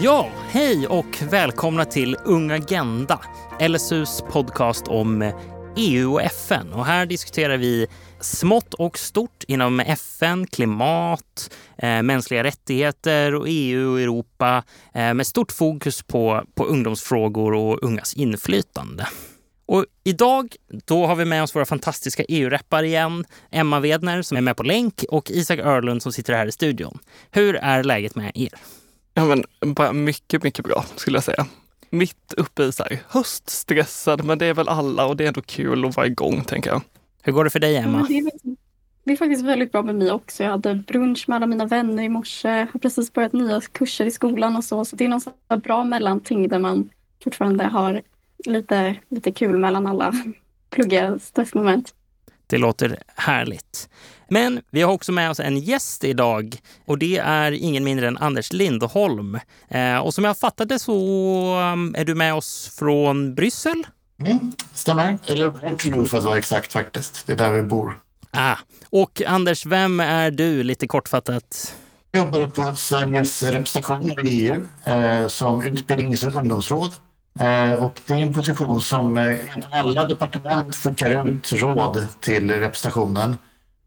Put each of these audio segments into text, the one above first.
Ja, hej och välkomna till Ung Agenda, LSUs podcast om EU och FN. Och här diskuterar vi smått och stort inom FN, klimat, mänskliga rättigheter och EU och Europa med stort fokus på ungdomsfrågor och ungas inflytande. Och idag då har vi med oss våra fantastiska EU-rappare igen, Emma Wedner som är med på länk och Isak Örlund som sitter här i studion. Hur är läget med er? Ja, men bara mycket bra skulle jag säga. Mitt uppe i så här, höststressad, men det är väl alla och det är ändå kul att vara igång, tänker jag. Hur går det för dig, Emma? Ja, det är faktiskt väldigt bra med mig också. Jag hade brunch med alla mina vänner i morse. Jag har precis börjat nya kurser i skolan och så. Så det är någon sån här bra mellanting där man fortfarande har lite kul mellan alla pluggiga stressmoment. Det låter härligt. Men vi har också med oss en gäst idag och det är ingen mindre än Anders Lindholm. Och som jag fattade så är du med oss från Bryssel? Stämmer. Eller Waterloo för att vara exakt faktiskt. Det är där vi bor. Och Anders, vem är du lite kortfattat? Jag jobbar på Sveriges representation i EU som utbildnings- och ungdomsråd. Och det är en position som alla departement skickar ut råd till representationen.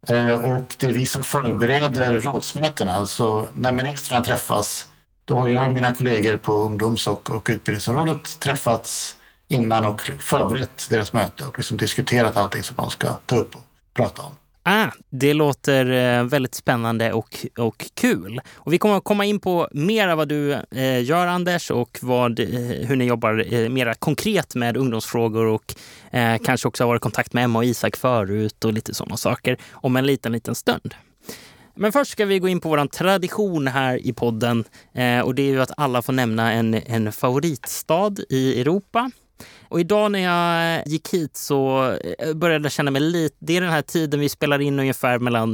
Och det är vi som förbereder rådsmötena. Alltså när ministrarna träffas, då har jag och mina kollegor på ungdoms- och utbildningsområdet träffats innan och förberett deras möte och liksom diskuterat allting som de ska ta upp och prata om. Det låter väldigt spännande och kul. Och vi kommer att komma in på mer av vad du gör, Anders, och hur ni jobbar mer konkret med ungdomsfrågor och kanske också har varit i kontakt med Emma och Isak förut och lite sådana saker om en liten stund. Men först ska vi gå in på vår tradition här i podden och det är ju att alla får nämna en favoritstad i Europa. Och idag när jag gick hit så började jag känna mig lite... Det är den här tiden vi spelar in ungefär mellan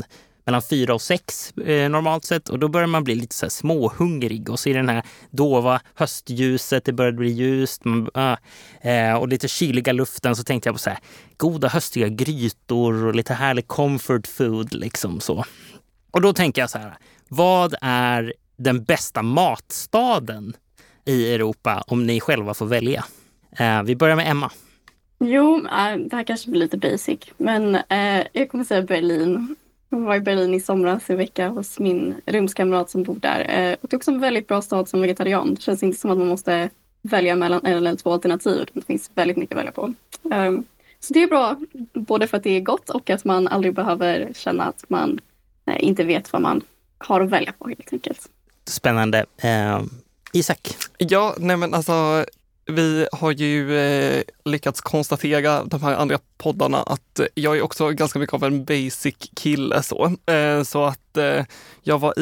4 och 6 normalt sett. Och då börjar man bli lite så här småhungrig. Och så är den här dova höstljuset, det började bli ljust. Och lite kyliga luften, så tänkte jag på så här goda höstiga grytor och lite härlig comfort food liksom så. Och då tänker jag så här, vad är den bästa matstaden i Europa om ni själva får välja? Vi börjar med Emma. Jo, det här kanske blir lite basic. Men jag kommer säga Berlin. Jag var i Berlin i somras i vecka hos min rumskamrat som bor där. Och det är också en väldigt bra stad som vegetarian. Det känns inte som att man måste välja mellan en eller två alternativ. Det finns väldigt mycket att välja på. Så det är bra, både för att det är gott och att man aldrig behöver känna att man inte vet vad man har att välja på helt enkelt. Spännande. Isak? Ja, nej men alltså... Vi har ju lyckats konstatera de här andra poddarna att jag är också ganska mycket av en basic kille så att jag var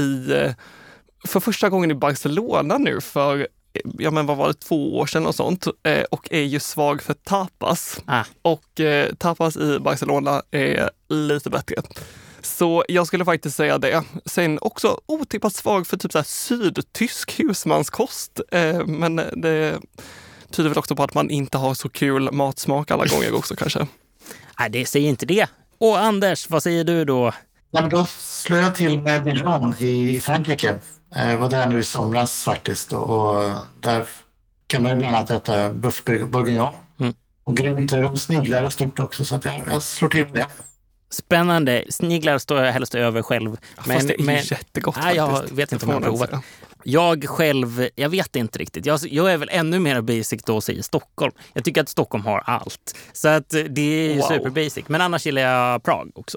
för första gången i Barcelona nu för, vad var det, 2 år sedan och sånt och är ju svag för tapas. Och tapas i Barcelona är lite bättre. Så jag skulle faktiskt säga det. Sen också otippat svag för typ så här sydtysk husmanskost, men det tyder väl också på att man inte har så kul matsmak alla gånger också kanske. Nej, det säger inte det. Och Anders, vad säger du då? Ja, men då slår jag till med Dijon i Frankrike. Jag var där nu i somras faktiskt och där kan man bland annat äta buff bourguignon. Och grymt och sniglar är stort också, så att jag slår till det. Spännande. Sniglar står jag helst över själv. Fast det är jättegott faktiskt. Jag vet inte om jag har provat. Jag själv, jag vet inte riktigt. Jag är väl ännu mer basic då, säger Stockholm. Jag tycker att Stockholm har allt. Så att det är super basic. Men annars gillar jag Prag också.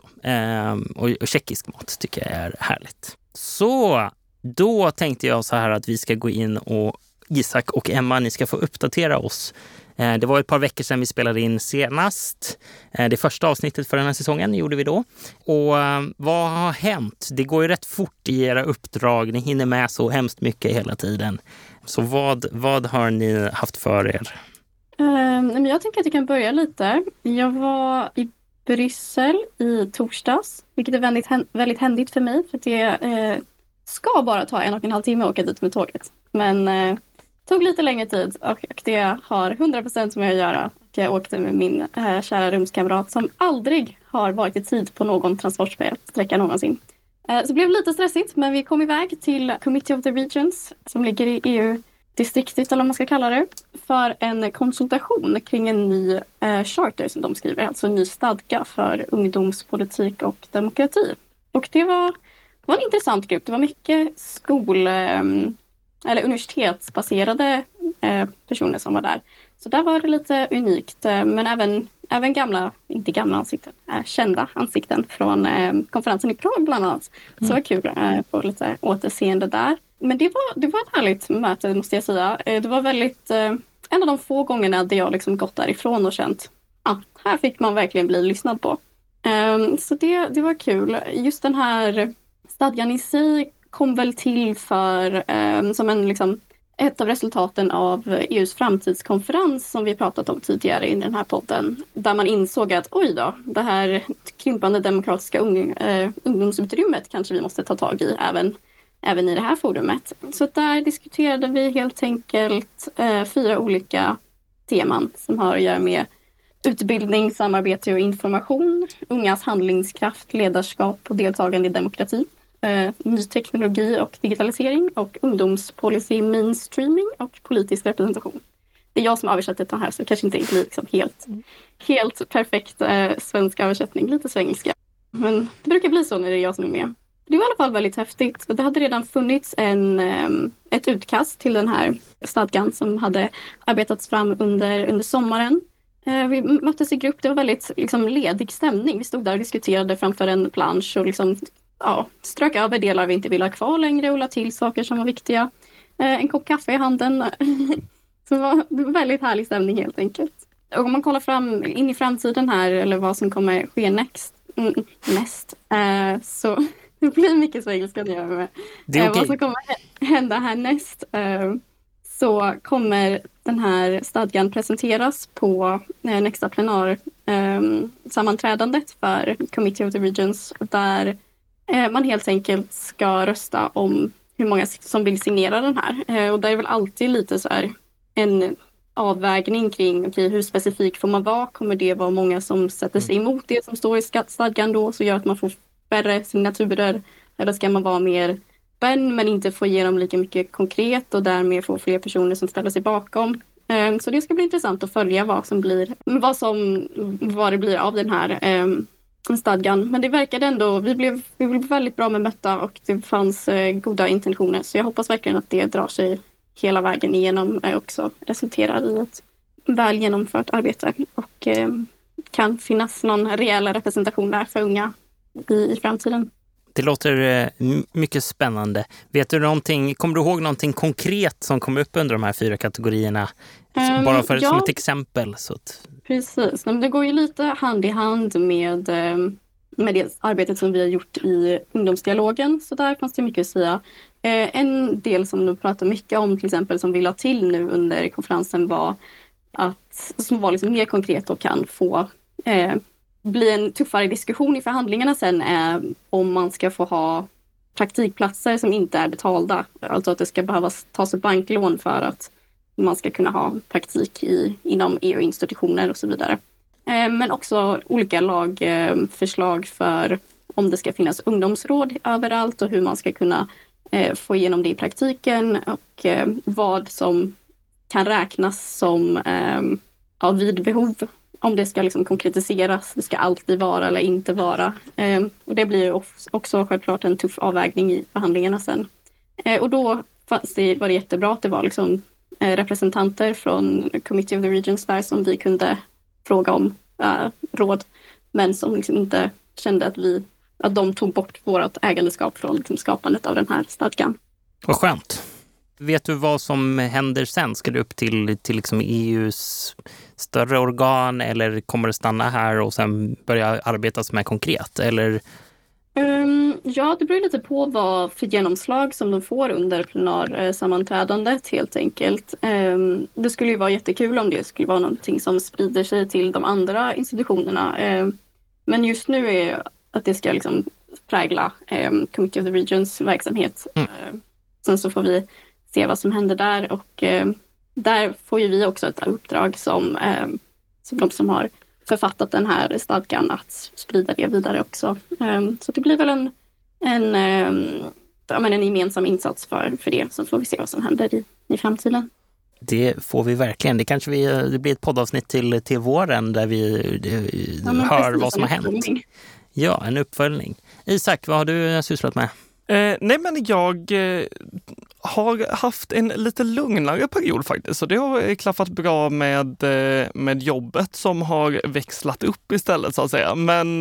Och tjeckisk mat tycker jag är härligt. Så då tänkte jag så här att vi ska gå in och Isak och Emma, ni ska få uppdatera oss. Det var ett par veckor sedan vi spelade in senast. Det första avsnittet för den här säsongen gjorde vi då. Och vad har hänt? Det går ju rätt fort i era uppdrag. Ni hinner med så hemskt mycket hela tiden. Så vad har ni haft för er? Jag tänker att jag kan börja lite. Jag var i Bryssel i torsdags. Vilket är väldigt händigt för mig. För det ska bara ta 1,5 timme att åka dit med tåget. Men... tog lite längre tid och det har 100% med att göra. Jag åkte med min kära rumskamrat som aldrig har varit i tid på någon transportsträcka någonsin. Så det blev lite stressigt, men vi kom iväg till Committee of the Regions som ligger i EU distriktet, eller vad man ska kalla det, för en konsultation kring en ny charter som de skriver, alltså en ny stadga för ungdomspolitik och demokrati. Och det var en intressant grupp. Det var mycket eller universitetsbaserade personer som var där. Så där var det lite unikt, men även inte gamla ansikten, kända ansikten från konferensen i Prag bland annat. Så det var kul att få lite återseende där. Men det var ett härligt möte, måste jag säga. Det var väldigt, en av de få gångerna där jag liksom gått därifrån och känt att här fick man verkligen bli lyssnad på. Så det var kul. Just den här stadgan i sig kom väl till som en liksom ett av resultaten av EUs framtidskonferens som vi pratat om tidigare i den här podden. Där man insåg att oj då, det här krympande demokratiska ungdomsutrymmet kanske vi måste ta tag i även i det här forumet. Så där diskuterade vi helt enkelt 4 olika teman som har att göra med utbildning, samarbete och information, ungas handlingskraft, ledarskap och deltagande i demokrati, ny teknologi och digitalisering och ungdomspolicy, mainstreaming och politisk representation. Det är jag som översätter det här så det kanske inte blir liksom helt perfekt svensk översättning, lite svengelska. Men det brukar bli så när det är jag som är med. Det var i alla fall väldigt häftigt. Det hade redan funnits ett utkast till den här stadgan som hade arbetats fram under sommaren. Vi möttes i grupp, det var väldigt liksom, ledig stämning. Vi stod där och diskuterade framför en plansch och liksom, strök över delar vi inte ville ha kvar längre och la till saker som var viktiga. En kopp kaffe i handen. Så det var väldigt härlig stämning helt enkelt. Och om man kollar in i framtiden här eller vad som kommer ske näst så det blir mycket svengelska att göra med. Det är okay. Vad som kommer hända härnäst så kommer den här stadgan presenteras på nästa plenarsammanträdandet för Committee of the Regions där man helt enkelt ska rösta om hur många som vill signera den här. Och det är väl alltid lite så här en avvägning kring hur specifik får man vara. Kommer det vara många som sätter sig emot det som står i stadgan då så gör att man får färre signaturer? Eller ska man vara mer men inte få igenom lika mycket konkret och därmed få fler personer som ställer sig bakom? Så det ska bli intressant att följa vad det blir av den här stadgan. Men det verkade ändå, vi blev väldigt bra med mötta och det fanns goda intentioner. Så jag hoppas verkligen att det drar sig hela vägen igenom och också resulterar i ett väl genomfört arbete. Och kan finnas någon rejäl representation där för unga i framtiden. Det låter mycket spännande. Vet du kommer du ihåg någonting konkret som kom upp under de här 4 kategorierna? Bara som ett exempel. Så att... Precis, men det går ju lite hand i hand med det arbetet som vi har gjort i ungdomsdialogen. Så där fanns det mycket att säga. En del som du pratar mycket om till exempel som vi la till nu under konferensen var som var liksom mer konkret och kan få bli en tuffare diskussion i förhandlingarna sen om man ska få ha praktikplatser som inte är betalda. Alltså att det ska behövas tas ett banklån för att man ska kunna ha praktik inom EU-institutioner och så vidare. Men också olika lagförslag för om det ska finnas ungdomsråd överallt och hur man ska kunna få igenom det i praktiken och vad som kan räknas som vid behov. Om det ska liksom konkretiseras, det ska alltid vara eller inte vara. Och det blir också självklart en tuff avvägning i förhandlingarna sen. Och då var det jättebra att det var liksom representanter från Committee of the Regions där som vi kunde fråga om råd. Men som liksom inte kände att de tog bort vårt ägandeskap från liksom skapandet av den här stadgan. Vad skönt. Vet du vad som händer sen? Ska du upp till liksom EUs större organ eller kommer det stanna här och sen börja arbetas med konkret? Eller? Ja, det beror lite på vad för genomslag som de får under plenarsammanträdandet helt enkelt. Det skulle ju vara jättekul om det skulle vara någonting som sprider sig till de andra institutionerna. Men just nu är att det ska liksom prägla Committee of the Regions verksamhet. Sen så får vi se vad som händer där och där får ju vi också ett uppdrag som de som har författat den här stadgan att sprida det vidare också. Så det blir väl en gemensam insats för det, så får vi se vad som händer i framtiden. Det får vi verkligen. Det kanske det blir ett poddavsnitt till våren där vi hör vad som har hänt. Ja, en uppföljning. Isak, vad har du sysslat med? Nej, men jag har haft en lite lugnare period faktiskt. Så det har klaffat bra med jobbet som har växlat upp istället så att säga. Men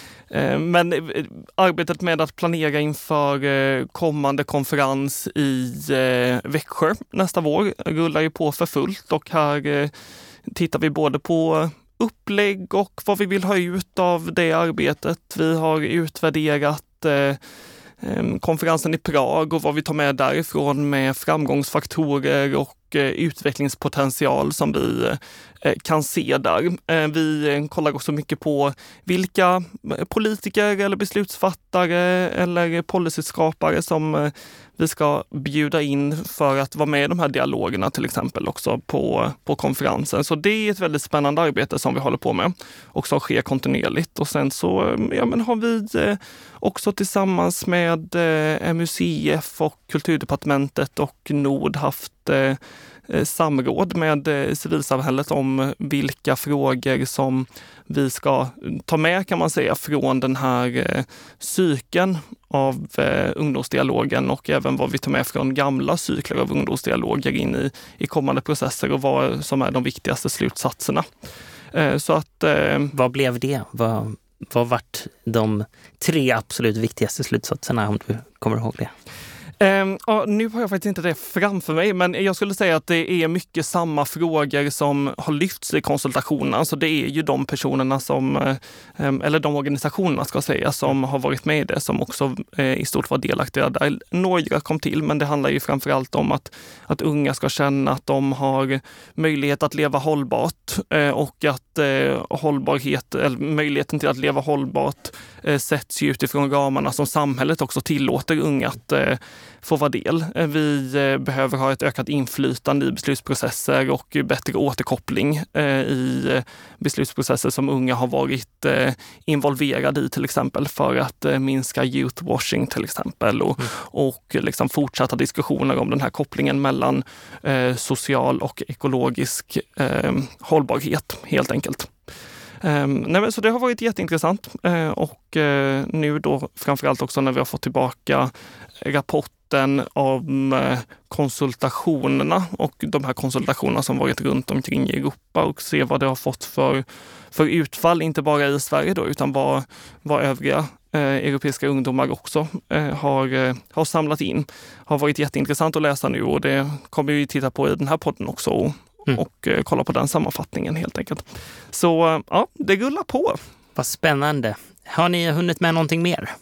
arbetet med att planera inför kommande konferens i Växjö nästa vår rullar ju på för fullt, och här tittar vi både på upplägg och vad vi vill ha ut av det arbetet. Vi har utvärderat konferensen i Prag och vad vi tar med därifrån med framgångsfaktorer och utvecklingspotential som vi kan se där. Vi kollar också mycket på vilka politiker eller beslutsfattare eller policyskapare som vi ska bjuda in för att vara med i de här dialogerna till exempel också på konferensen. Så det är ett väldigt spännande arbete som vi håller på med och som sker kontinuerligt. Och sen så har vi också tillsammans med MUCF och Kulturdepartementet och Nord haft samråd med civilsamhället om vilka frågor som vi ska ta med, kan man säga, från den här cykeln av ungdomsdialogen, och även vad vi tar med från gamla cykler av ungdomsdialoger in i kommande processer och vad som är de viktigaste slutsatserna. Så att, vad blev det? Vad vart de 3 absolut viktigaste slutsatserna, om du kommer ihåg det? Nu har jag faktiskt inte det framför mig, men jag skulle säga att det är mycket samma frågor som har lyfts i konsultationerna. Alltså det är ju de personerna som, eller de organisationerna ska jag säga, som har varit med i det, som också i stort var delaktiga där. Några kom till, men det handlar ju framförallt om att unga ska känna att de har möjlighet att leva hållbart och att hållbarhet, eller möjligheten till att leva hållbart sätts ju utifrån ramarna som samhället också tillåter unga att få vara del. Vi behöver ha ett ökat inflytande i beslutsprocesser och bättre återkoppling i beslutsprocesser som unga har varit involverade i, till exempel för att minska youthwashing till exempel, och liksom fortsatta diskussioner om den här kopplingen mellan social och ekologisk hållbarhet helt enkelt. Så det har varit jätteintressant och nu då framförallt också när vi har fått tillbaka rapporten om konsultationerna och de här konsultationerna som varit runt omkring i Europa, och se vad det har fått för utfall, inte bara i Sverige då, utan vad övriga europeiska ungdomar också har samlat in. Har varit jätteintressant att läsa nu, och det kommer vi titta på i den här podden också och kolla på den sammanfattningen helt enkelt. Så ja, det rullar på. Vad spännande. Har ni hunnit med någonting mer?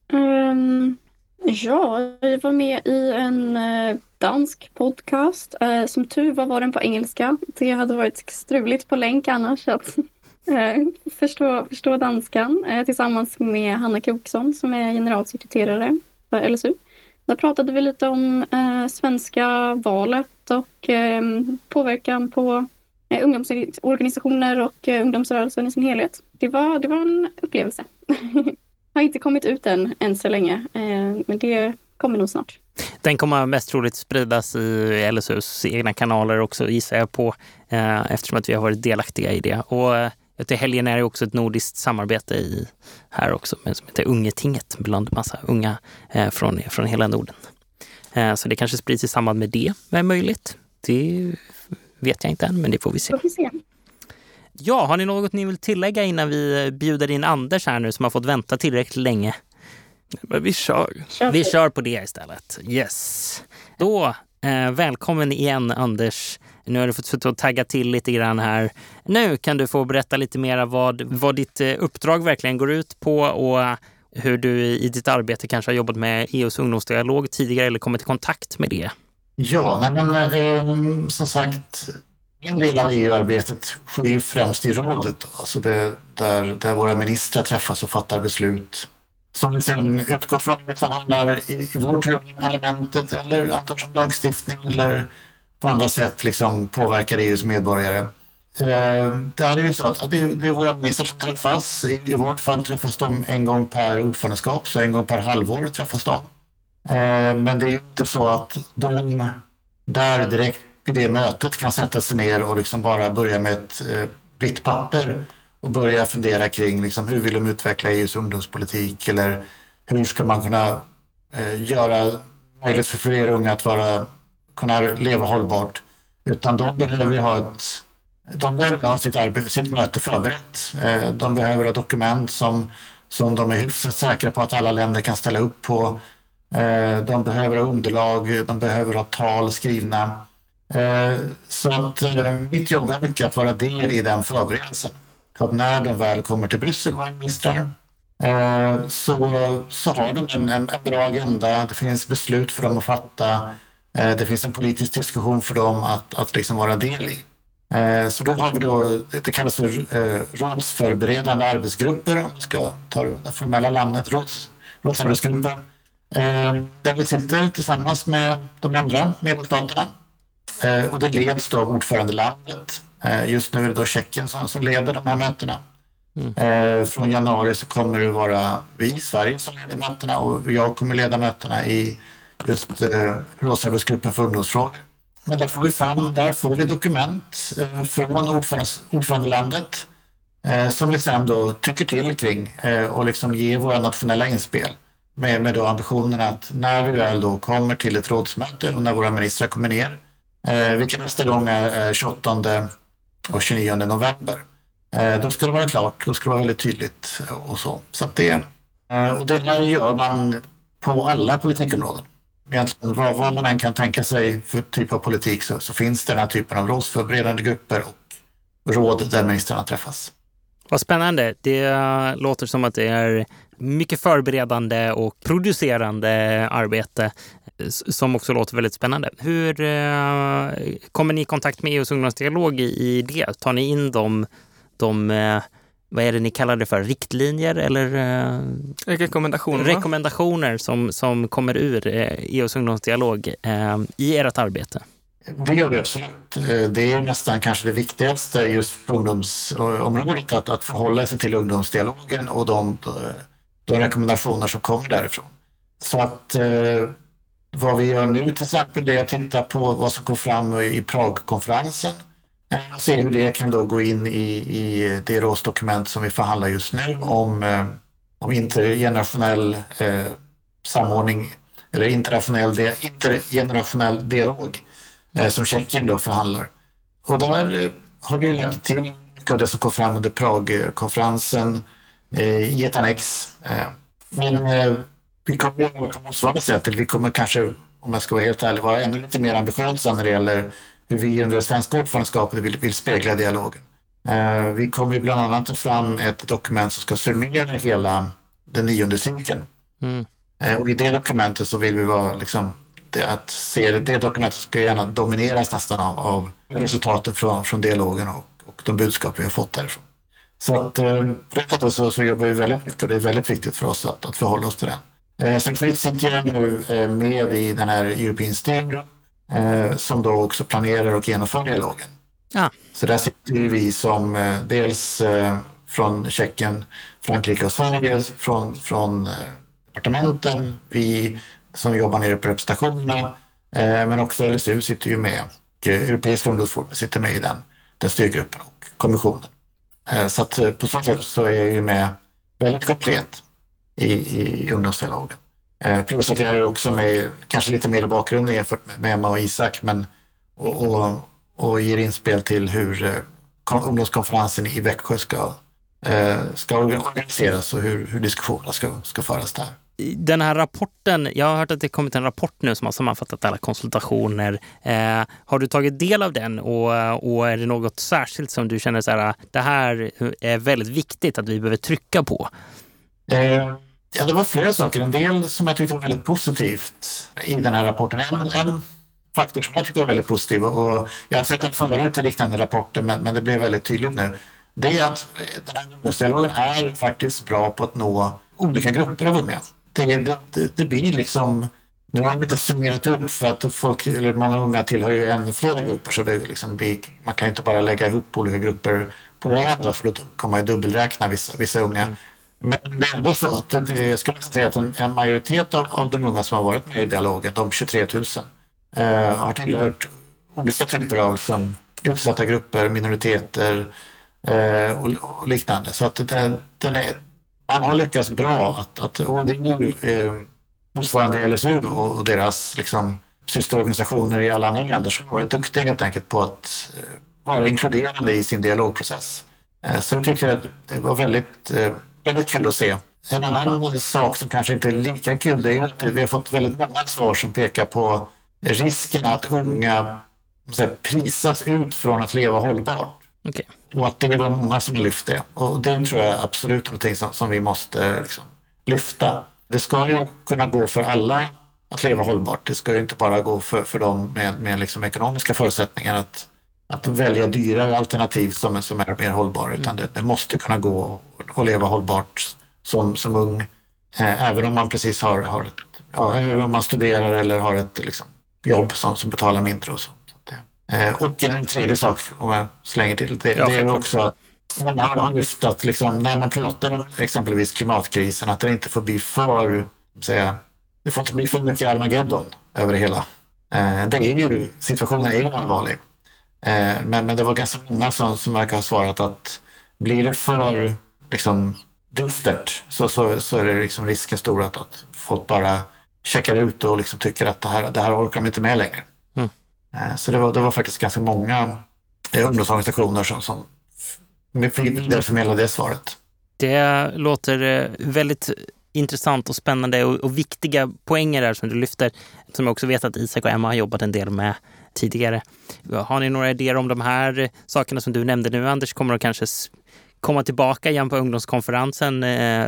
Ja, vi var med i en dansk podcast. Som tur var den på engelska. Det hade varit struligt på länk annars att förstå danskan. Tillsammans med Hanna Kroksson som är generalsekreterare för LSU. Där pratade vi lite om svenska valet och påverkan på ungdomsorganisationer och ungdomsrörelsen i sin helhet. Det var en upplevelse. Har inte kommit ut än så länge, men det kommer nog snart. Den kommer mest troligt spridas i LSUs egna kanaler också, gissar jag på, eftersom att vi har varit delaktiga i det. Och till helgen är det också ett nordiskt samarbete här också, som heter Ungetinget, bland massa unga från hela Norden. Så det kanske sprids i samband med det, är möjligt. Det vet jag inte än, men det får vi se. Ja, har ni något ni vill tillägga innan vi bjuder in Anders här nu, som har fått vänta tillräckligt länge? Men vi kör. Vi kör på det istället. Yes. Då, välkommen igen Anders. Nu har du fått och tagga till lite grann här. Nu kan du få berätta lite mer vad ditt uppdrag verkligen går ut på, och hur du i ditt arbete kanske har jobbat med EUs ungdomsdialog tidigare eller kommit i kontakt med det. Ja, men som sagt, en del av EU-arbetet sker främst i rådet, alltså där våra ministrar träffas och fattar beslut som sen utgår från att det handlar i vårt parlamentet eller antar som lagstiftning eller på andra sätt liksom påverkar EUs medborgare. Det är ju så att det är våra ministrar som träffas. I vårt fall träffas de en gång per ordförandeskap, så en gång per halvår träffas de. Men det är inte så att de där direkt vid det mötet kan sätta sig ner och liksom bara börja med ett vitt papper och börja fundera kring liksom, hur vill de utveckla EUs ungdomspolitik, eller hur ska man kunna göra möjligt för fler unga att kunna leva hållbart. Utan de behöver ha sitt möte förberett. De behöver ha dokument som de är hyfsat säkra på att alla länder kan ställa upp på. De behöver ha underlag, de behöver ha tal skrivna. Så att mitt jobb är mycket att vara del i den förberedelsen. Så att när de väl kommer till Bryssel och ministrar så har de en bra agenda. Det finns beslut för dem att fatta. Det finns en politisk diskussion för dem att liksom vara del i. Så då har vi det kallas för rådsförberedande arbetsgrupper, om vi ska ta det formella namnet, rådsarbetsgrupper. Där vi sitter tillsammans med de andra medlemsstaterna. Och det leds då av ordförandelandet. Just nu är det då Tjeckien som leder de här mötena. Från januari så kommer det vara vi i Sverige som leder mötena, och jag kommer leda mötena i just rådsarbetsgruppen för ungdomsfrågor. Men där får vi dokument från ordförandelandet som vi sedan då tycker till kring och liksom ger våra nationella inspel med då ambitionen att när vi väl då kommer till ett rådsmöte och när våra ministrar kommer ner, vilket nästa gång är 28 och 29 november, då ska det vara klart, då ska det vara väldigt tydligt och så. Så att och det här gör man på alla politikområden. Vad man än kan tänka sig för typ av politik så finns den här typen av rådsförberedande grupper och råd där ministrarna träffas. Vad spännande. Det låter som att det är mycket förberedande och producerande arbete som också låter väldigt spännande. Hur kommer ni i kontakt med EUs ungdomsdialog i det? Tar ni in de vad är det ni kallar det för? Riktlinjer eller rekommendationer som kommer ur EUs ungdomsdialog i ert arbete? Det gör vi absolut. Det är nästan kanske det viktigaste just på ungdomsområdet, att förhålla sig till ungdomsdialogen och de rekommendationer som kommer därifrån. Så att vad vi gör nu till exempel, det är att titta på vad som kom fram i Pragkonferensen. Se hur det kan då gå in i det rådsdokument som vi förhandlar just nu om intergenerationell samordning eller intergenerationell dialog som Tjeckien då förhandlar. Och där har vi lagt till mycket av det som kom fram under Pragkonferensen i ett annex. Men vi kommer på motsvarande sätt, vi kommer kanske, om jag ska vara helt ärlig, vara ännu lite mer ambitiösa när det gäller hur vi under det svenska ordförandeskapet vill spegla dialogen. Vi kommer bland annat ta fram ett dokument som ska summera hela den 9:e cirkeln. Och i det dokumentet så vill vi vara liksom, det dokumentet ska gärna domineras nästan av resultaten från dialogen och de budskap vi har fått därifrån. Så att så jobbar vi väldigt mycket, och det är väldigt viktigt för oss att förhålla oss till den. Sen sitter jag nu med i den här European Steering Group som då också planerar och genomför dialogen. Ja. Så där sitter vi som dels från Tjeckien, Frankrike och Sverige, från departementen, vi som jobbar nere på representationerna, men också LSU sitter ju med, och Europeiska ungdomsforum sitter med i den styrgruppen och kommissionen. Så att på så sätt så är jag ju med väldigt konkret i ungdomsdialogen. Plus att jag är också med kanske lite mer i bakgrunden jämfört med Emma och Isak, men och ger inspel till hur ungdomskonferensen i Växjö ska organiseras och hur diskussionerna ska föras där. Den här rapporten, jag har hört att det kommit en rapport nu som har sammanfattat alla konsultationer. Har du tagit del av den och är det något särskilt som du känner så här, det här är väldigt viktigt att vi behöver trycka på? Ja, det var flera saker. En del som jag tyckte var väldigt positivt i den här rapporten. En faktor som jag tyckte var väldigt positiv, och jag har sett en förut till liknande rapporter, men det blev väldigt tydligt nu. Det är att den här ungdomsdialogen är faktiskt bra på att nå olika grupper av unga. Det blir liksom, nu har vi inte summerat upp för att folk, eller många unga tillhör ju ännu flera grupper, så det liksom man kan inte bara lägga ihop olika grupper på varandra, för då kommer man ju dubbelräkna vissa unga. Men det är ändå så att jag skulle säga att en majoritet av de unga som har varit med i dialogen, de 23 000, har tillhört olika typer av som utsatta grupper, minoriteter och liknande. Så att man har lyckats bra och det är motsvarande LSU och deras liksom, systerorganisationer i alla andra länder som varit duktiga helt enkelt på att vara inkluderande i sin dialogprocess. Så jag tycker att det var väldigt kul att se. En annan sak som kanske inte är lika kul, det är att vi har fått väldigt många svar som pekar på risken att unga prisas ut från att leva hållbart. Okay. Och att det var många som lyfte det. Och det tror jag absolut är någonting som vi måste liksom, lyfta. Det ska ju kunna gå för alla att leva hållbart. Det ska ju inte bara gå för dem med liksom ekonomiska förutsättningar att välja dyrare alternativ som är mer hållbara. Utan det måste kunna gå att leva hållbart som ung. Även om man precis har även om man studerar eller har ett liksom, jobb som betalar mindre och så. Och en tredje sak, om jag slänger till det är också att man har lyft att liksom, när man pratar om exempelvis klimatkrisen, att det inte får bli det får inte bli för mycket Armageddon över det hela. Situationen är ju allvarlig. Men det var ganska många som verkar ha svarat att blir det för liksom, dystert så är det liksom risken stor att folk bara checkar ut och liksom tycker att det här orkar de inte med längre. Så det var faktiskt ganska många ungdomsorganisationer som förmedlade det svaret. Det låter väldigt intressant och spännande och viktiga poänger där som du lyfter, som jag också vet att Isak och Emma har jobbat en del med tidigare. Har ni några idéer om de här sakerna som du nämnde nu, Anders? Kommer de kanske komma tillbaka igen på ungdomskonferensen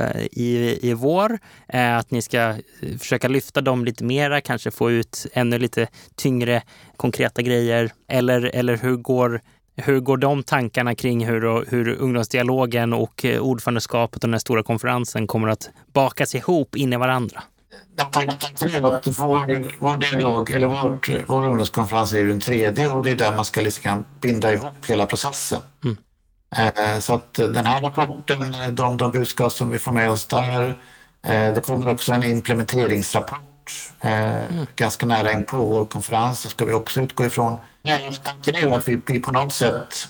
i vår? Att ni ska försöka lyfta dem lite mera, kanske få ut ännu lite tyngre konkreta grejer? Eller hur går de tankarna kring hur ungdomsdialogen och ordförandeskapet och den här stora konferensen kommer att bakas ihop in i varandra? Vår dialog eller vår ungdomskonferens är ju den 3:e och det är där man ska liksom binda ihop hela processen. Så att den här rapporten, de budskap som vi får med oss där, det kommer också en implementeringsrapport ganska nära in på vår konferens, så ska vi också utgå ifrån. Tanken är ju att vi på något sätt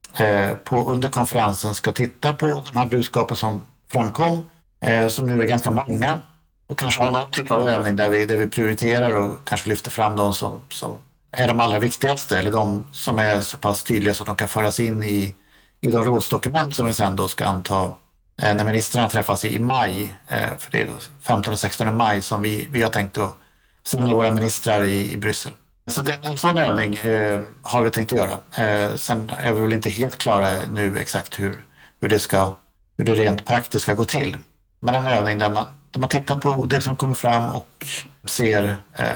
under konferensen ska titta på de här budskapen som framkom, som nu är ganska många, och kanske ha någon typ av övning där vi prioriterar och kanske lyfter fram de som är de allra viktigaste, eller de som är så pass tydliga så att de kan föras in i de rådsdokument som vi sen då ska anta när ministrarna träffas i maj, för det är 15 och 16 maj som vi har tänkt att samla våra ministrar i Bryssel. Så en sån övning har vi tänkt att göra. Sen är vi väl inte helt klara nu exakt hur det rent praktiskt ska gå till. Men en övning där man tittar på det som kommer fram och ser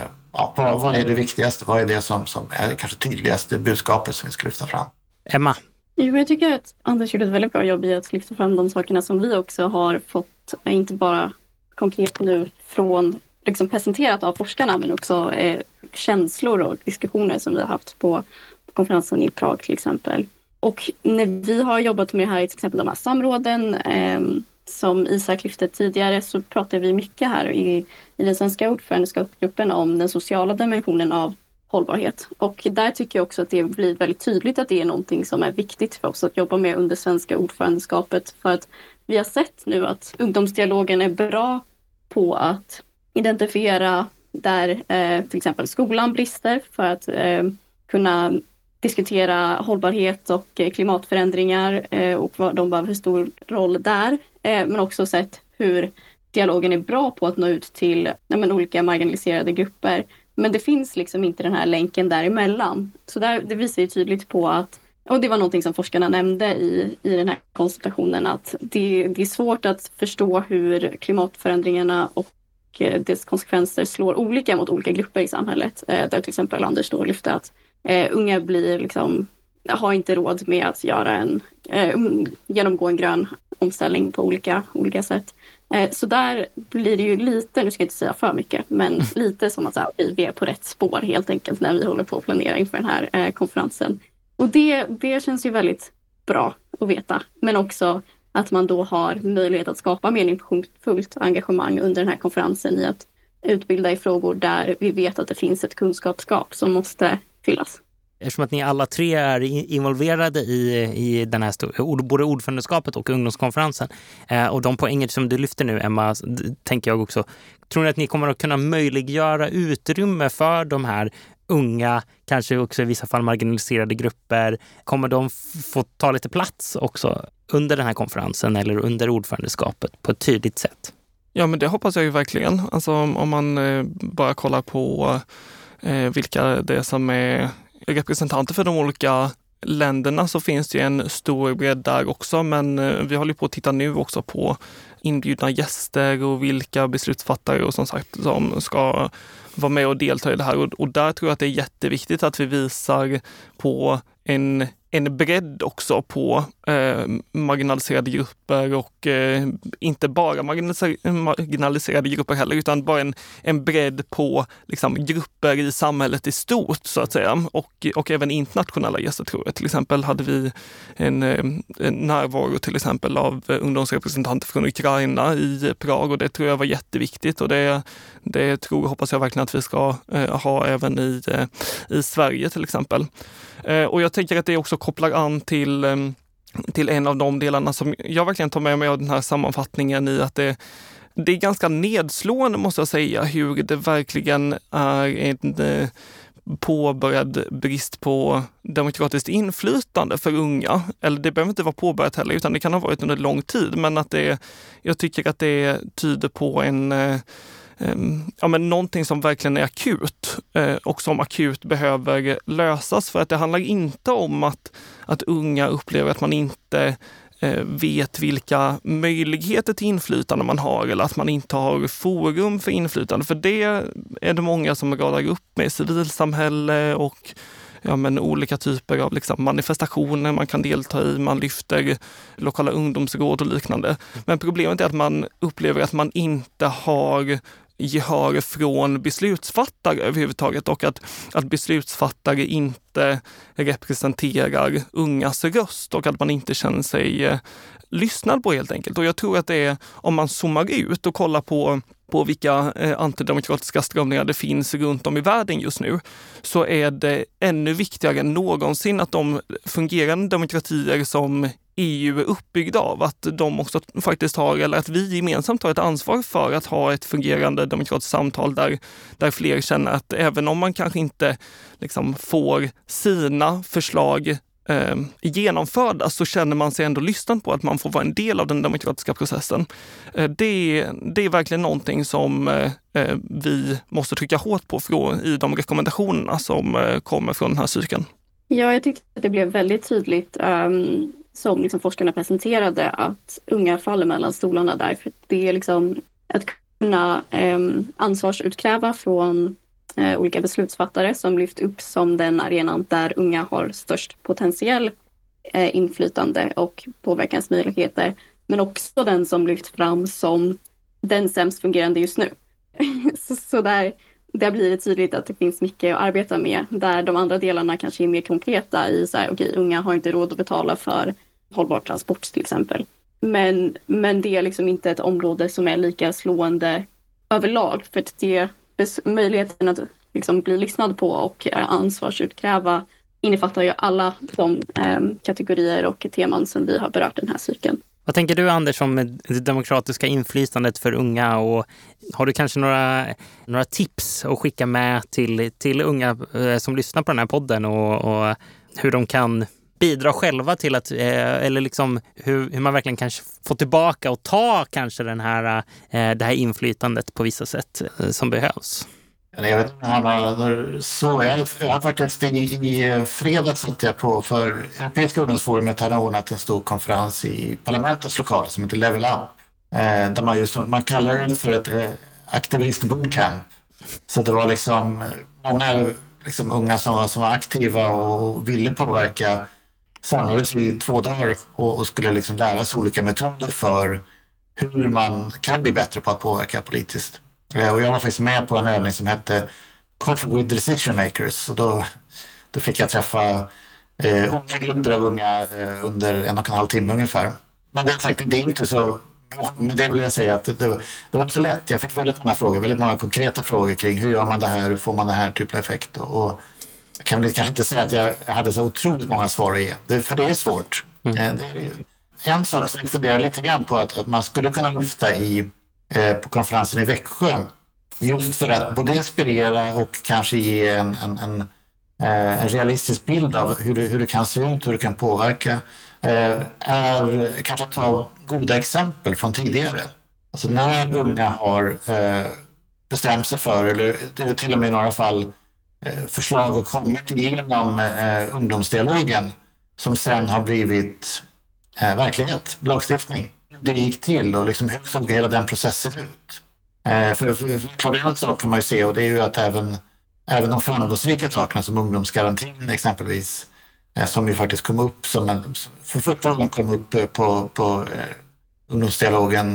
vad är det viktigaste, vad är det som är kanske tydligaste budskapet som vi ska lyfta fram. Emma? Jo, jag tycker att Anders gjorde ett väldigt bra jobb i att lyfta fram de sakerna som vi också har fått, inte bara konkret nu från liksom presenterat av forskarna, men också känslor och diskussioner som vi har haft på konferensen i Prag till exempel. Och när vi har jobbat med det här, till exempel de här samråden som Isak lyfte tidigare, så pratar vi mycket här i den svenska ordförandeskapsgruppen om den sociala dimensionen av hållbarhet. Och där tycker jag också att det blir väldigt tydligt att det är någonting som är viktigt för oss att jobba med under svenska ordförandeskapet. För att vi har sett nu att ungdomsdialogen är bra på att identifiera där till exempel skolan brister för att kunna diskutera hållbarhet och klimatförändringar och vad de behöver för stor roll där. Men också sett hur dialogen är bra på att nå ut till olika marginaliserade grupper. Men det finns liksom inte den här länken däremellan. Så det visar ju tydligt på att, och det var någonting som forskarna nämnde i den här konsultationen, att det är svårt att förstå hur klimatförändringarna och dess konsekvenser slår olika mot olika grupper i samhället. Där till exempel Anders då lyfte att unga har inte råd med att genomgå en grön omställning på olika sätt. Så där blir det ju lite, nu ska jag inte säga för mycket, men lite som att vi är på rätt spår helt enkelt när vi håller på att planera inför den här konferensen. Och det känns ju väldigt bra att veta, men också att man då har möjlighet att skapa meningsfullt engagemang under den här konferensen i att utbilda i frågor där vi vet att det finns ett kunskapsgap som måste fyllas. eftersom att ni alla tre är involverade i den här både ordförandeskapet och ungdomskonferensen. Och de poänger som du lyfter nu, Emma, tänker jag också. Tror ni att ni kommer att kunna möjliggöra utrymme för de här unga, kanske också i vissa fall marginaliserade grupper? Kommer de få ta lite plats också under den här konferensen eller under ordförandeskapet på ett tydligt sätt? Ja, men det hoppas jag ju verkligen. Alltså om man bara kollar på vilka det är som är representanter för de olika länderna, så finns det ju en stor bredd där också. Men vi håller på att titta nu också på inbjudna gäster och vilka beslutsfattare och som sagt som ska vara med och delta i det här. Och där tror jag att det är jätteviktigt att vi visar på en bredd också på marginaliserade grupper och inte bara marginaliserade grupper heller, utan bara en bredd på liksom, grupper i samhället i stort så att säga, och även internationella gäster tror jag. Till exempel hade vi en närvaro till exempel av ungdomsrepresentanter från Ukraina i Prag, och det tror jag var jätteviktigt, och det hoppas jag verkligen att vi ska ha även i Sverige till exempel. Och jag tänker att det också kopplar an till en av de delarna som jag verkligen tar med mig av den här sammanfattningen, i att det är ganska nedslående, måste jag säga, hur det verkligen är en påbörjad brist på demokratiskt inflytande för unga. Eller det behöver inte vara påbörjat heller, utan det kan ha varit under lång tid, men jag tycker att det tyder på men någonting som verkligen är akut och som akut behöver lösas, för att det handlar inte om att unga upplever att man inte vet vilka möjligheter till inflytande man har, eller att man inte har forum för inflytande, för det är det många som radar upp med civilsamhälle och olika typer av liksom manifestationer man kan delta i. Man lyfter lokala ungdomsråd och liknande. Men problemet är att man upplever att man inte har gehör från beslutsfattare överhuvudtaget, och att beslutsfattare inte representerar ungas röst och att man inte känner sig lyssnad på helt enkelt. Och jag tror att det är, om man zoomar ut och kollar på vilka antidemokratiska strömningar det finns runt om i världen just nu, så är det ännu viktigare än någonsin att de fungerande demokratier som EU är uppbyggd av, att de också faktiskt har, eller att vi gemensamt har ett ansvar för att ha ett fungerande demokratiskt samtal där fler känner att även om man kanske inte liksom får sina förslag genomförda, så känner man sig ändå lyssnad på, att man får vara en del av den demokratiska processen. Det är verkligen någonting som vi måste trycka hårt på i de rekommendationerna som kommer från den här cykeln. Ja, jag tyckte att det blev väldigt tydligt som liksom forskarna presenterade, att unga faller mellan stolarna där. För det är liksom att kunna ansvarsutkräva från olika beslutsfattare som lyft upp som den arenan där unga har störst potentiell inflytande och påverkansmöjligheter, men också den som lyft fram som den sämst fungerande just nu. så där blir det tydligt att det finns mycket att arbeta med, där de andra delarna kanske är mer konkreta i så här, okej, unga har inte råd att betala för hållbar transport till exempel. Men det är liksom inte ett område som är lika slående överlag, för att det möjligheten att liksom bli lyssnad på och ansvarsutkräva innefattar ju alla de kategorier och teman som vi har berört den här cykeln. Vad tänker du, Anders, om det demokratiska inflytandet för unga, och har du kanske några tips att skicka med till unga som lyssnar på den här podden och hur de kan bidra själva till att, eller liksom hur man verkligen kanske får tillbaka och ta kanske det här inflytandet på vissa sätt som behövs? Jag vet inte, så jag har faktiskt i fredags satt jag på, för Europeiska ungdomsforumet hade ordnat en stor konferens i parlamentets lokal som heter Level Up. Där man kallar det för ett aktivist bootcamp. Så det var liksom många liksom unga som var aktiva och ville påverka, samlades i 2 dagar och skulle liksom lära sig olika metoder för hur man kan bli bättre på att påverka politiskt. Och jag var faktiskt med på en övning som hette Coffee with Decision Makers. Och då fick jag träffa unga grupper av unga under 1,5 timme ungefär. Men det är inte så. Men det vill jag säga att det var inte så lätt. Jag fick väldigt många konkreta frågor kring hur gör man det här, hur får man det här typen av effekt. Och jag kan väl kanske inte säga att jag hade så otroligt många svar att ge, för det är svårt. Det är en sak som jag funderar lite grann på att man skulle kunna lyfta på konferensen i Växjö, just för att både inspirera och kanske ge en realistisk bild av hur det kan se ut, hur det kan påverka, är kanske att ta goda exempel från tidigare. Alltså när unga har bestämt sig för, eller till och med i några fall förslag har kommit igenom ungdomsdialogen som sen har blivit verklighet, lagstiftning. Det gick till och liksom, hur såg hela den processen ut? För en sak kan man ju se, och det är ju att även de framgångsrika sakerna som ungdomsgarantin exempelvis, som ju faktiskt kom upp för första gången kom upp på ungdomsdialogen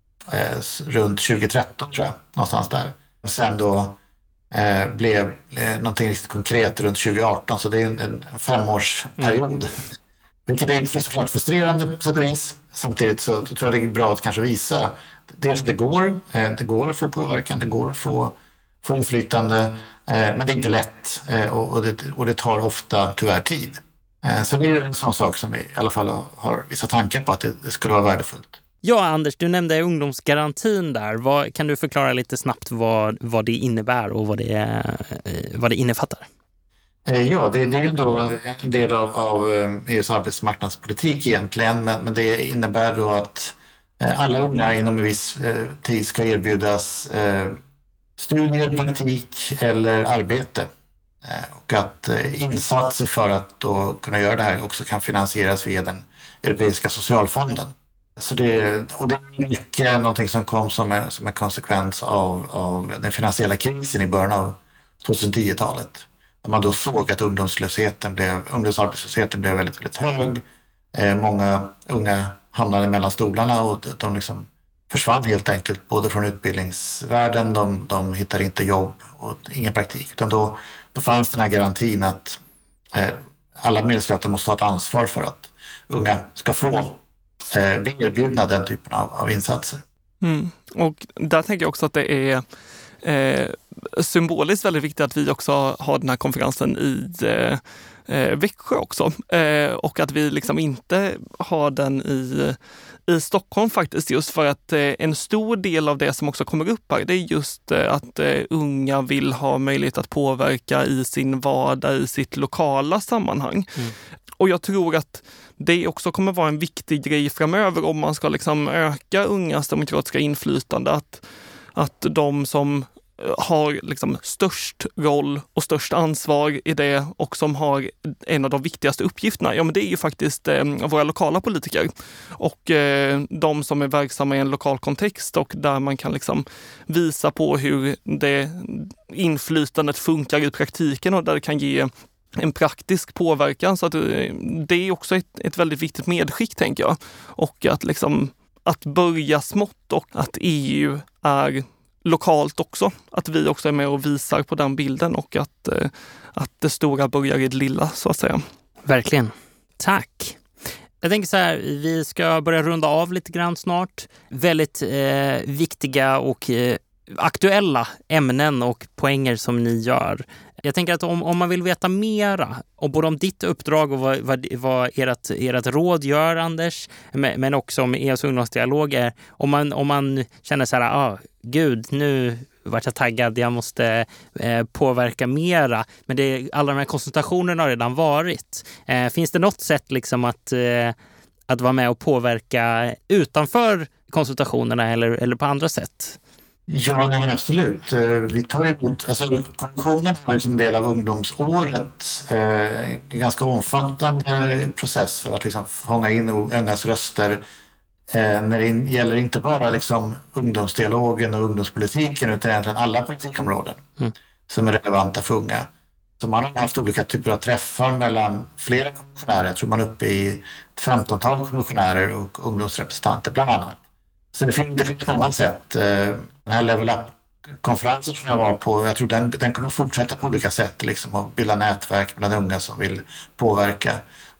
runt 2013 tror jag, någonstans där. Och sen då blev någonting riktigt konkret runt 2018, så det är en 5-årsperiod. Vilket är såklart frustrerande på sätt och vis. Samtidigt så tror jag det är bra att kanske visa dels det går att få påverkan, det går att få inflytande, men det är inte lätt och det tar ofta tyvärr tid. Så det är en sån sak som vi i alla fall har vissa tankar på att det skulle vara värdefullt. Ja, Anders, du nämnde ungdomsgarantin där. Kan du förklara lite snabbt vad det innebär och vad det innefattar? Ja, det är ju då en del av EUs arbetsmarknadspolitik egentligen, men det innebär då att alla unga inom en viss tid ska erbjudas studier, praktik eller arbete. Och att insatser för att då kunna göra det här också kan finansieras via den Europeiska socialfonden. Så det är mycket någonting som kom som en konsekvens av den finansiella krisen i början av 2010-talet. När man då såg att ungdomsarbetslösheten blev väldigt, väldigt hög. Många unga hamnade mellan stolarna och de liksom försvann helt enkelt både från utbildningsvärlden, de hittade inte jobb och ingen praktik. Utan då fanns den här garantin att alla medlemsstater måste ha ett ansvar för att unga ska få bli erbjudna den typen av insatser. Och där tänker jag också att det är symboliskt väldigt viktigt att vi också har den här konferensen i Växjö också. Och att vi liksom inte har den i Stockholm faktiskt, just för att en stor del av det som också kommer upp här, det är just att unga vill ha möjlighet att påverka i sin vardag, i sitt lokala sammanhang. Och jag tror att det också kommer vara en viktig grej framöver om man ska liksom öka ungas demokratiska inflytande, att de som har liksom störst roll och störst ansvar i det och som har en av de viktigaste uppgifterna, ja men det är ju faktiskt våra lokala politiker och de som är verksamma i en lokal kontext och där man kan liksom visa på hur det inflytandet funkar i praktiken och där det kan ge en praktisk påverkan. Så att det är också ett väldigt viktigt medskick, tänker jag. Och att liksom att börja smått och att EU är lokalt också. Att vi också är med och visar på den bilden och att det stora börjar i det lilla, så att säga. Verkligen. Tack. Jag tänker så här, vi ska börja runda av lite grann snart. Väldigt viktiga och aktuella ämnen och poänger som ni gör. Jag tänker att om man vill veta mera och både om ditt uppdrag och vad ert råd gör, Anders, men också om EUs ungdomsdialoger, om man känner så här, gud, nu vart jag taggad, jag måste påverka mera, men alla de här konsultationerna har redan varit. Finns det något sätt liksom att vara med och påverka utanför konsultationerna eller på andra sätt? Ja, nej, absolut. Vi tar emot, konventionen är en del av ungdomsåret. En ganska omfattande process för att liksom fånga in ungas röster när det gäller inte bara liksom ungdomsdialogen och ungdomspolitiken utan egentligen alla politikområden som är relevanta för unga. Så man har haft olika typer av träffar mellan flera kommissionärer. Jag tror man är uppe i 15-tal kommissionärer och ungdomsrepresentanter bland annat. Så det finns många sätt. Den här Level Up-konferensen som jag var på, jag tror den kommer fortsätta på olika sätt liksom, och bilda nätverk bland unga som vill påverka.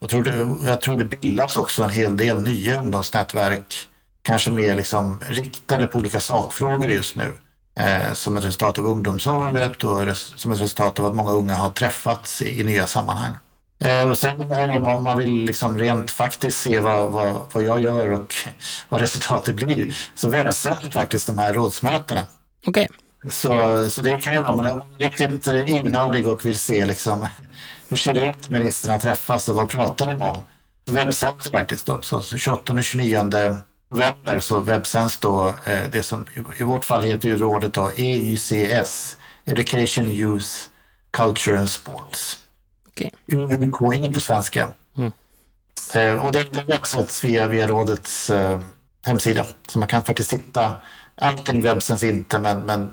Jag tror det bildas också en hel del nya ungdomsnätverk, kanske mer liksom riktade på olika sakfrågor just nu. som ett resultat av ungdomsåret och som ett resultat av att många unga har träffats i nya sammanhang. Och sen om man vill liksom rent faktiskt se vad jag gör och vad resultatet blir, så värdesätter faktiskt de här rådsmötena. Okej. Så det kan ju vara, man är riktigt innehållig och vill se liksom, hur ser det ut ministrarna träffas och vad pratar de om. Webbsänds faktiskt då, så 28 och 29 november så webbsänds då det som i vårt fall heter ju rådet då EYCS, Education, Youth, Culture and Sports. UKI på svenska. Och det webbsätts via rådets hemsida. Så man kan faktiskt hitta, allting webbsänds inte, men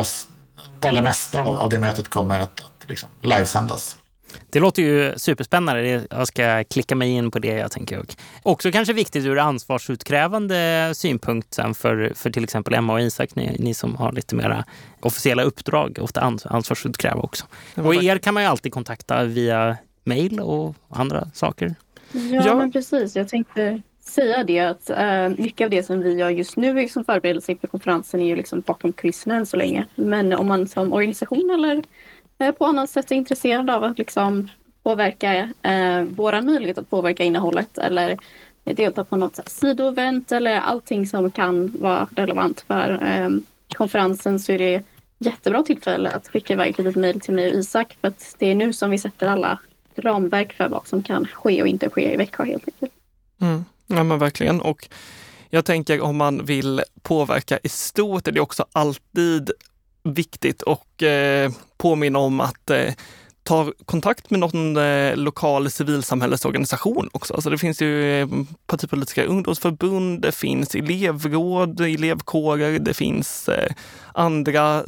det allra mesta av det mötet kommer att liksom livesändas. Det låter ju superspännande. Jag ska klicka mig in på det, jag tänker. Och också kanske viktigt ur ansvarsutkrävande synpunkt sen för till exempel Emma och Isak, ni som har lite mera officiella uppdrag, ofta ansvarsutkräva också. Och er kan man ju alltid kontakta via mail och andra saker. Ja, men precis. Jag tänkte säga det att mycket av det som vi gör just nu som förberedelse inför konferensen är ju liksom bakom kulisserna än så länge. Men om man som organisation eller på annat sätt är intresserad av att liksom påverka våra möjlighet att påverka innehållet eller delta på något sidoevent eller allting som kan vara relevant för konferensen, så är det jättebra tillfälle att skicka iväg ett litet mejl till mig och Isak, för att det är nu som vi sätter alla ramverk för vad som kan ske och inte ske i Växjö helt enkelt. Ja, men verkligen. Och jag tänker, om man vill påverka i stort är det också alltid viktigt och påminna om att ta kontakt med någon lokal civilsamhällesorganisation också. Alltså det finns ju partipolitiska ungdomsförbund, det finns elevråd, elevkårer, det finns andra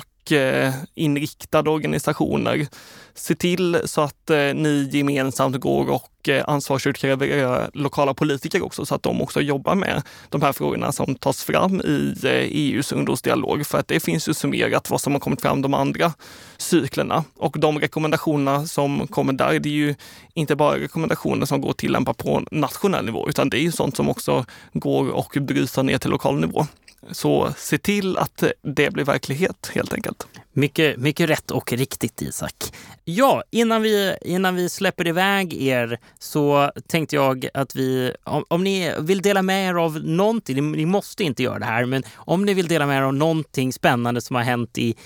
sakinriktade organisationer. Se till så att ni gemensamt går och ansvarsutkräver era lokala politiker också, så att de också jobbar med de här frågorna som tas fram i EUs ungdomsdialog, för att det finns ju summerat vad som har kommit fram de andra cyklerna. Och de rekommendationerna som kommer där, det är ju inte bara rekommendationer som går att tillämpa på nationell nivå, utan det är ju sånt som också går och bryter ner till lokal nivå. Så se till att det blir verklighet helt enkelt. Mycket rätt och riktigt, Isak. Ja, innan vi släpper iväg er så tänkte jag att om ni vill dela med er av någonting, ni måste inte göra det här, men om ni vill dela med er av någonting spännande som har hänt i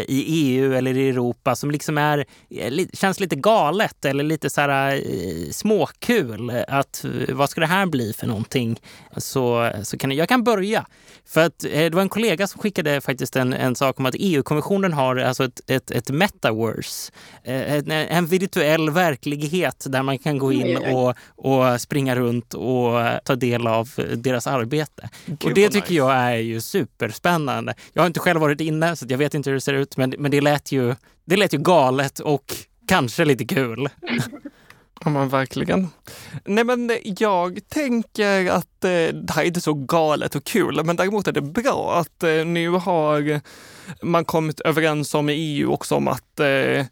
EU eller i Europa som liksom känns lite galet eller lite så här småkul, att vad ska det här bli för någonting, så kan jag kan börja. För att det var en kollega som skickade faktiskt en sak om att EU-kommissionen har alltså ett metaverse, en virtuell verklighet där man kan gå in och springa runt och ta del av deras arbete. Och det tycker jag är ju superspännande. Jag har inte själv varit inne så jag vet inte hur det ser ut, men det lät ju galet och kanske lite kul. Ja, men verkligen. Nej, men jag tänker att det här är inte så galet och kul, men däremot är det bra att nu har man kommit överens om i EU också om att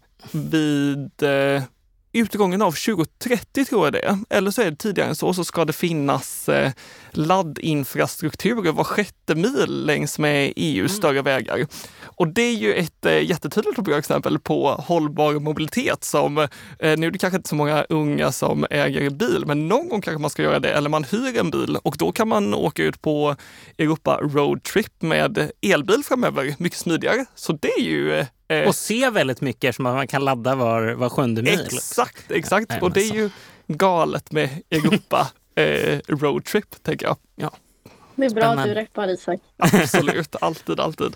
vid utgången av 2030 tror jag det, eller så är det tidigare än så ska det finnas laddinfrastruktur var 6:e mil längs med EUs större vägar. Och det är ju ett jättetydligt och bra exempel på hållbar mobilitet som, nu är det kanske inte så många unga som äger bil, men någon gång kanske man ska göra det, eller man hyr en bil och då kan man åka ut på Europa roadtrip med elbil framöver, mycket smidigare. Så det är ju och se väldigt mycket som man kan ladda var 7:e mil. Exakt. Och det är ju galet med Europa roadtrip, tänker jag. Ja. Det är bra att du räppar, Isak. Absolut, alltid.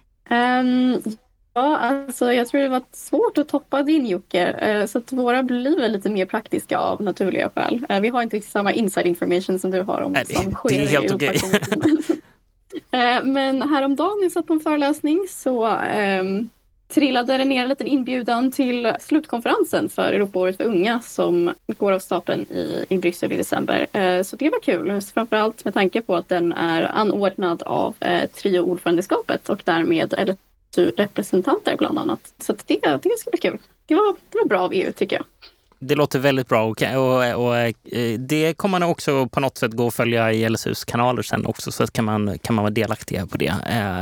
Ja, alltså jag tror det var svårt att toppa din, Jocke. Så att våra blir väl lite mer praktiska av naturliga skäl. Vi har inte samma inside information som du har om som sker det är helt i Europa. Men häromdagen när jag satt på en föreläsning så trillade det ner en liten inbjudan till slutkonferensen för Europaåret för unga som går av stapeln i Bryssel i december. Så det var kul, framförallt med tanke på att den är anordnad av Trio-ordförandeskapet och därmed LSU-representanter bland annat. Så det ska bli kul. Det var bra av EU, tycker jag. Det låter väldigt bra och det kommer man också på något sätt gå och följa i LSUs kanaler sen också, så att kan man vara delaktig på det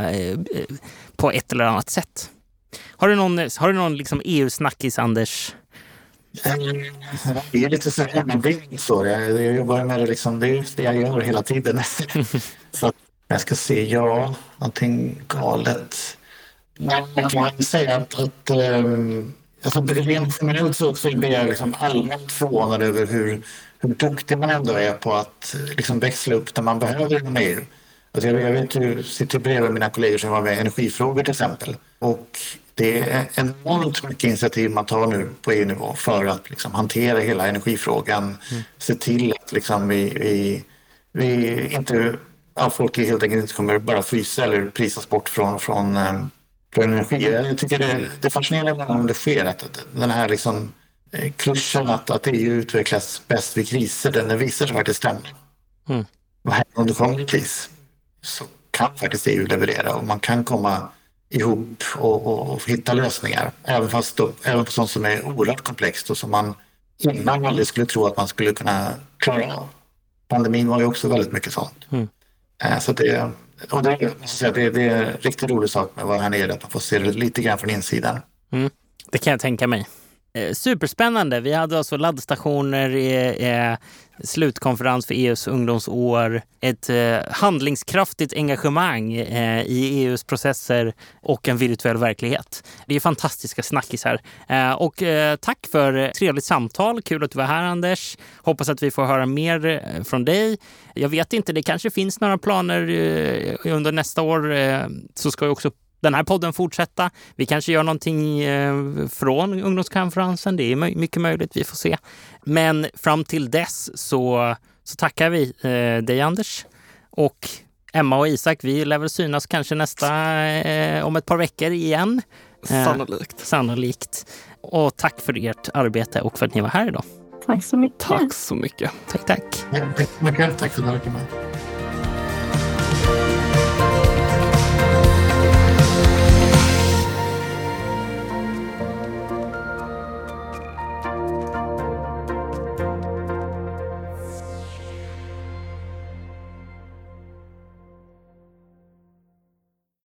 på ett eller annat sätt. Har du någon liksom EU-snackis, Anders? Det är lite så hemmablind så. Jag jobbar med det liksom, det är just det jag gör hela tiden. Så att jag ska se, någonting galet. Men man kan säga att alltså, rent generellt så blir jag liksom allmänt förvånad över hur duktig man ändå är på att liksom växla upp när man behöver inom EU. Alltså jag vet ju, sitter bredvid mina kollegor som har med energifrågor till exempel. Och det är enormt mycket initiativ man tar nu på EU-nivå för att liksom hantera hela energifrågan. Se till att liksom vi inte, folk helt enkelt inte kommer bara frysa eller prisas bort från energi. Jag tycker det är fascinerande om det sker, att den här liksom kursen att EU utvecklas bäst vid kriser, den visar sig faktiskt stämma. Och här, om det kommer en kris så kan faktiskt EU leverera och man kan komma ihop och hitta lösningar, även på sånt som är oerhört komplext och som man innan aldrig skulle tro att man skulle kunna klara av. Pandemin var ju också väldigt mycket sånt. Så det är en riktigt rolig sak med att vara här nere, att man får se det lite grann från insidan. Det kan jag tänka mig. Superspännande. Vi hade alltså laddstationer, slutkonferens för EUs ungdomsår, ett handlingskraftigt engagemang i EUs processer och en virtuell verklighet. Det är fantastiska snackisar. Och tack för trevligt samtal. Kul att du var här, Anders. Hoppas att vi får höra mer från dig. Jag vet inte, det kanske finns några planer under nästa år, så ska vi också den här podden fortsätta. Vi kanske gör någonting från ungdomskonferensen. Det är mycket möjligt, vi får se. Men fram till dess så tackar vi dig, Anders. Och Emma och Isak, vi lär väl synas kanske om ett par veckor igen. Sannolikt. Och tack för ert arbete och för att ni var här idag. Tack så mycket. Tack så mycket. Tack. Tack så mycket. Tack för att du var med.